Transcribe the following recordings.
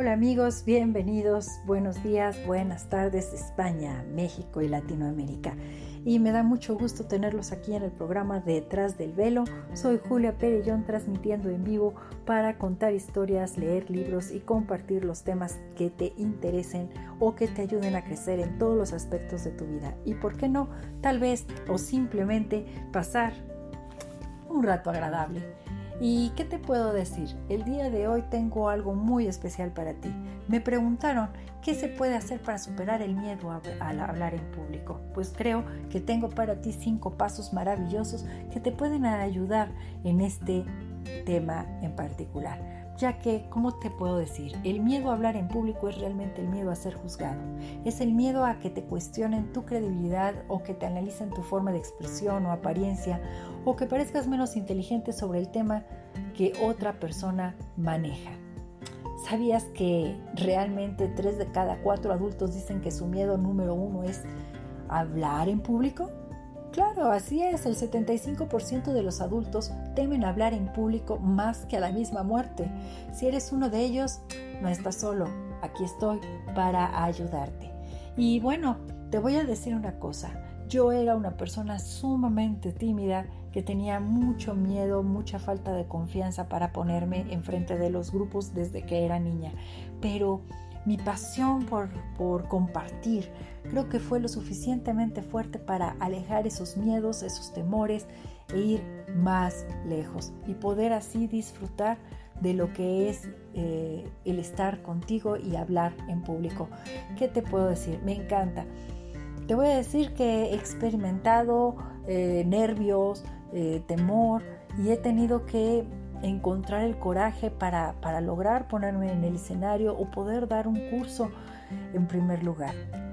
Hola amigos, bienvenidos, buenos días, buenas tardes España, México y Latinoamérica. Y me da mucho gusto tenerlos aquí en el programa Detrás del Velo. Soy Julia Perellón, transmitiendo en vivo para contar historias, leer libros y compartir los temas que te interesen o que te ayuden a crecer en todos los aspectos de tu vida. Y por qué no, tal vez o simplemente pasar un rato agradable. ¿Y qué te puedo decir? El día de hoy tengo algo muy especial para ti. Me preguntaron qué se puede hacer para superar el miedo a hablar en público. Pues creo que tengo para ti 5 pasos maravillosos que te pueden ayudar en este tema en particular. Ya que, ¿cómo te puedo decir? El miedo a hablar en público es realmente el miedo a ser juzgado. Es el miedo a que te cuestionen tu credibilidad o que te analicen tu forma de expresión o apariencia o que parezcas menos inteligente sobre el tema que otra persona maneja. ¿Sabías que realmente 3 de cada 4 adultos dicen que su miedo número 1 es hablar en público? Claro, así es, el 75% de los adultos temen hablar en público más que a la misma muerte. Si eres uno de ellos, no estás solo, aquí estoy para ayudarte. Y bueno, te voy a decir una cosa, yo era una persona sumamente tímida que tenía mucho miedo, mucha falta de confianza para ponerme enfrente de los grupos desde que era niña, pero mi pasión por compartir creo que fue lo suficientemente fuerte para alejar esos miedos, esos temores e ir más lejos y poder así disfrutar de lo que es el estar contigo y hablar en público. ¿Qué te puedo decir? Me encanta. Te voy a decir que he experimentado nervios, temor y he tenido que encontrar el coraje para lograr ponerme en el escenario o poder dar un curso en primer lugar.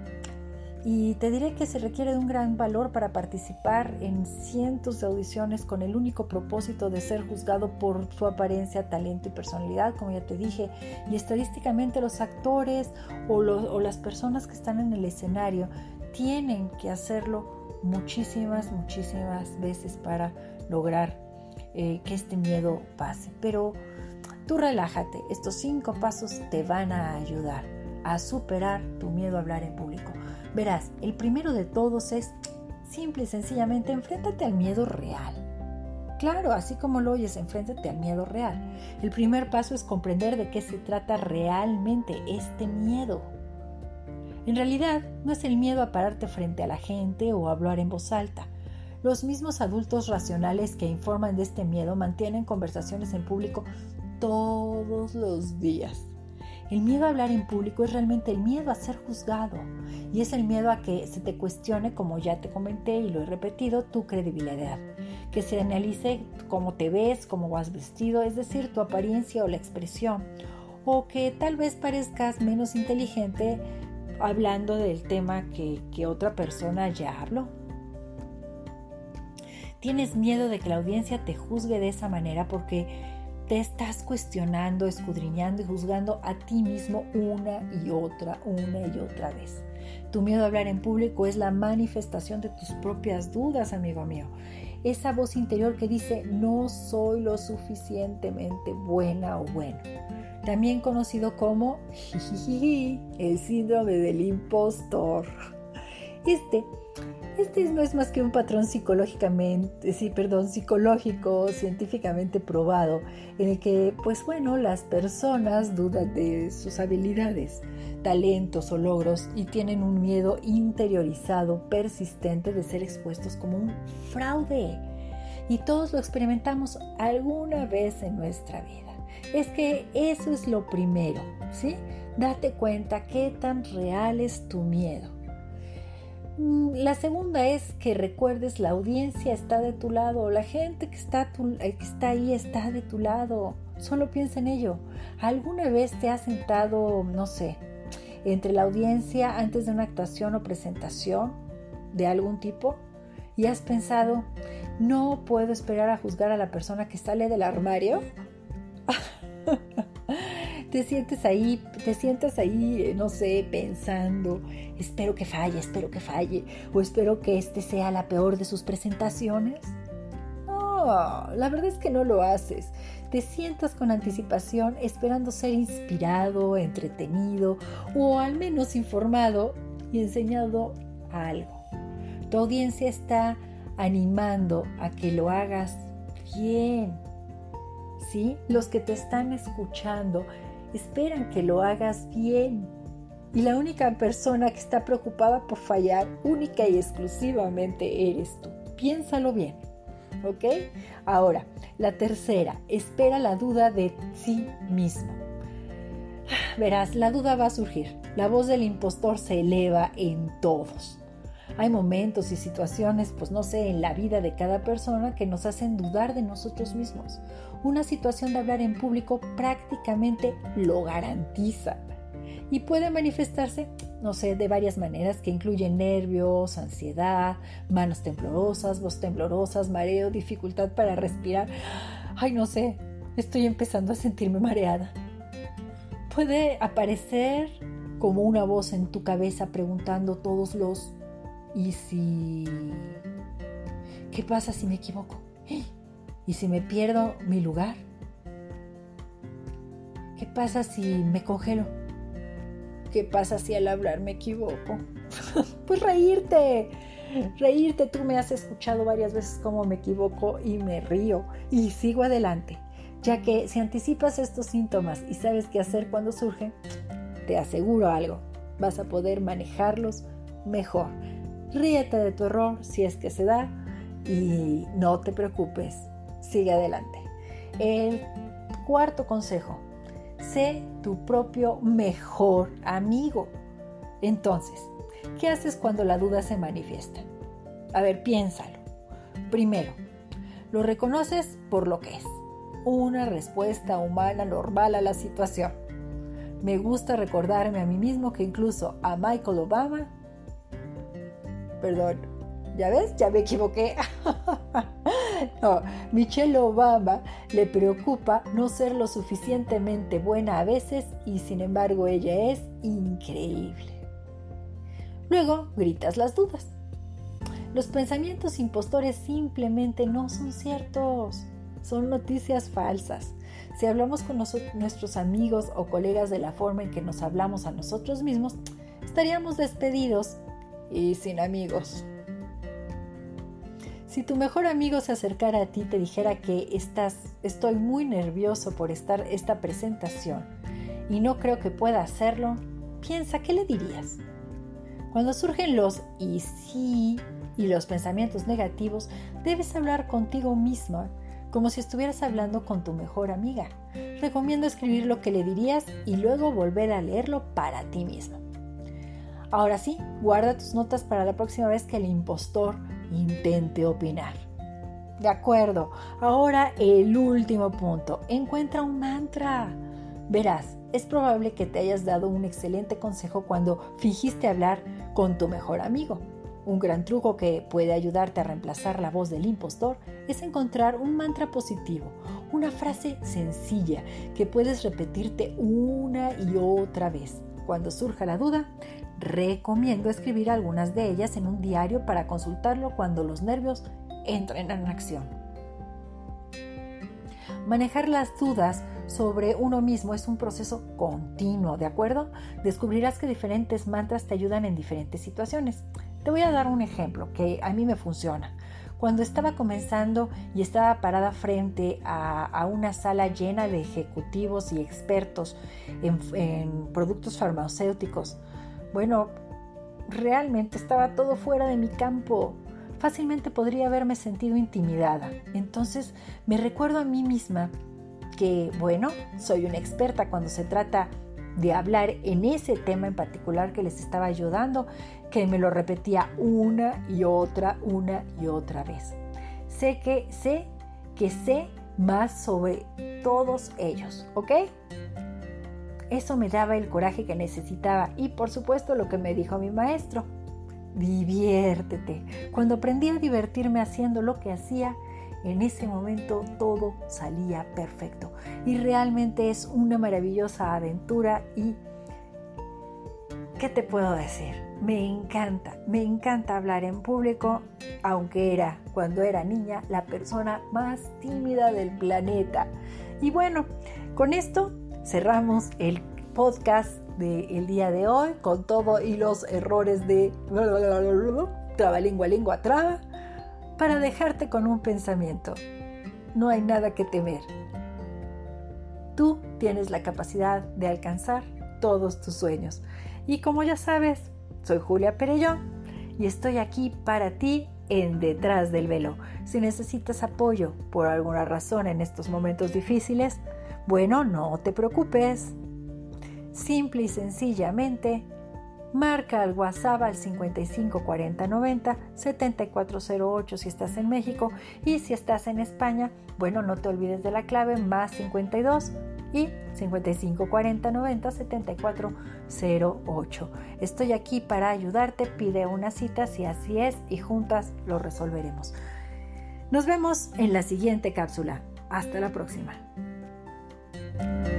Y te diré que se requiere de un gran valor para participar en cientos de audiciones con el único propósito de ser juzgado por su apariencia, talento y personalidad, como ya te dije. Y estadísticamente los actores o las personas que están en el escenario tienen que hacerlo muchísimas veces para lograr que este miedo pase. Pero tú relájate, estos 5 pasos te van a ayudar a superar tu miedo a hablar en público. Verás, el primero de todos es simple y sencillamente enfréntate al miedo real. Claro, así como lo oyes, enfréntate al miedo real. El primer paso es comprender de qué se trata realmente este miedo. En realidad, no es el miedo a pararte frente a la gente o a hablar en voz alta. Los mismos adultos racionales que informan de este miedo mantienen conversaciones en público todos los días. El miedo a hablar en público es realmente el miedo a ser juzgado y es el miedo a que se te cuestione, como ya te comenté y lo he repetido, tu credibilidad, que se analice cómo te ves, cómo vas vestido, es decir, tu apariencia o la expresión, o que tal vez parezcas menos inteligente hablando del tema que otra persona ya habló. Tienes miedo de que la audiencia te juzgue de esa manera porque te estás cuestionando, escudriñando y juzgando a ti mismo una y otra vez. Tu miedo a hablar en público es la manifestación de tus propias dudas, amigo mío. Esa voz interior que dice, no soy lo suficientemente buena o bueno. También conocido como el síndrome del impostor. Este no es más que un patrón psicológico, científicamente probado, en el que, las personas dudan de sus habilidades, talentos o logros y tienen un miedo interiorizado, persistente de ser expuestos como un fraude. Y todos lo experimentamos alguna vez en nuestra vida. Es que eso es lo primero, ¿sí? Date cuenta qué tan real es tu miedo. La segunda es que recuerdes la audiencia está de tu lado, la gente que está ahí está de tu lado. Solo piensa en ello. ¿Alguna vez te has sentado, entre la audiencia antes de una actuación o presentación de algún tipo y has pensado, no puedo esperar a juzgar a la persona que sale del armario? Te sientas ahí, pensando, espero que falle, o espero que este sea la peor de sus presentaciones. No, No, la verdad es que no lo haces. Te sientas con anticipación esperando ser inspirado, entretenido o al menos informado y enseñado algo. Tu audiencia está animando a que lo hagas bien, ¿sí? Los que te están escuchando esperan que lo hagas bien. Y la única persona que está preocupada por fallar, única y exclusivamente eres tú. Piénsalo bien, ¿ok? Ahora, la tercera, espera la duda de sí mismo. Verás, la duda va a surgir. La voz del impostor se eleva en todos. Hay momentos y situaciones, pues no sé, en la vida de cada persona que nos hacen dudar de nosotros mismos. Una situación de hablar en público prácticamente lo garantiza. Y puede manifestarse, no sé, de varias maneras que incluyen nervios, ansiedad, manos temblorosas, voz temblorosas, mareo, dificultad para respirar. Ay, no sé, estoy empezando a sentirme mareada. Puede aparecer como una voz en tu cabeza preguntando todos los ¿y si? ¿Qué pasa si me equivoco? ¿Y si me pierdo mi lugar? ¿Qué pasa si me congelo? ¿Qué pasa si al hablar me equivoco? Pues reírte, tú me has escuchado varias veces cómo me equivoco y me río y sigo adelante, ya que si anticipas estos síntomas y sabes qué hacer cuando surgen, te aseguro algo, vas a poder manejarlos mejor. Ríete de tu error si es que se da y no te preocupes, sigue adelante. El cuarto consejo. Sé tu propio mejor amigo. Entonces, ¿qué haces cuando la duda se manifiesta? A ver, piénsalo. Primero, lo reconoces por lo que es. Una respuesta humana normal a la situación. Me gusta recordarme a mí mismo que incluso a Michael Obama... Perdón, ¿ya ves? Ya me equivoqué. No, Michelle Obama le preocupa no ser lo suficientemente buena a veces y sin embargo ella es increíble. Luego gritas las dudas. Los pensamientos impostores simplemente no son ciertos, son noticias falsas. Si hablamos con nuestros amigos o colegas de la forma en que nos hablamos a nosotros mismos, estaríamos despedidos y sin amigos. Si tu mejor amigo se acercara a ti y te dijera que estoy muy nervioso por esta presentación y no creo que pueda hacerlo, piensa, ¿qué le dirías? Cuando surgen los y sí y los pensamientos negativos, debes hablar contigo misma como si estuvieras hablando con tu mejor amiga. Recomiendo escribir lo que le dirías y luego volver a leerlo para ti mismo. Ahora sí, guarda tus notas para la próxima vez que el impostor intente opinar. De acuerdo, ahora el último punto. Encuentra un mantra. Verás, es probable que te hayas dado un excelente consejo cuando fingiste hablar con tu mejor amigo. Un gran truco que puede ayudarte a reemplazar la voz del impostor es encontrar un mantra positivo, una frase sencilla que puedes repetirte una y otra vez. Cuando surja la duda, recomiendo escribir algunas de ellas en un diario para consultarlo cuando los nervios entren en acción. Manejar las dudas sobre uno mismo es un proceso continuo, ¿de acuerdo? Descubrirás que diferentes mantras te ayudan en diferentes situaciones. Te voy a dar un ejemplo que a mí me funciona. Cuando estaba comenzando y estaba parada frente a una sala llena de ejecutivos y expertos en productos farmacéuticos, bueno, realmente estaba todo fuera de mi campo. Fácilmente podría haberme sentido intimidada. Entonces me recuerdo a mí misma que, bueno, soy una experta cuando se trata de hablar en ese tema en particular que les estaba ayudando, que me lo repetía una y otra vez. Sé que sé más sobre todos ellos, ¿ok? Eso me daba el coraje que necesitaba y, por supuesto, lo que me dijo mi maestro: diviértete. Cuando aprendí a divertirme haciendo lo que hacía, en ese momento todo salía perfecto. Y realmente es una maravillosa aventura y, ¿qué te puedo decir? me encanta hablar en público, aunque era, cuando era niña, la persona más tímida del planeta. Y bueno, con esto cerramos el podcast del día de hoy, con todo y los errores de trabalengua, lengua, traba, para dejarte con un pensamiento. No hay nada que temer. Tú tienes la capacidad de alcanzar todos tus sueños. Y como ya sabes, soy Julia Perellón y estoy aquí para ti en Detrás del Velo. Si necesitas apoyo por alguna razón en estos momentos difíciles, bueno, no te preocupes. Simple y sencillamente, marca al WhatsApp al 55 40 90 7408 si estás en México, y si estás en España, bueno, no te olvides de la clave más 52 y 55 40 90 7408. Estoy aquí para ayudarte. Pide una cita si así es y juntas lo resolveremos. Nos vemos en la siguiente cápsula. Hasta la próxima.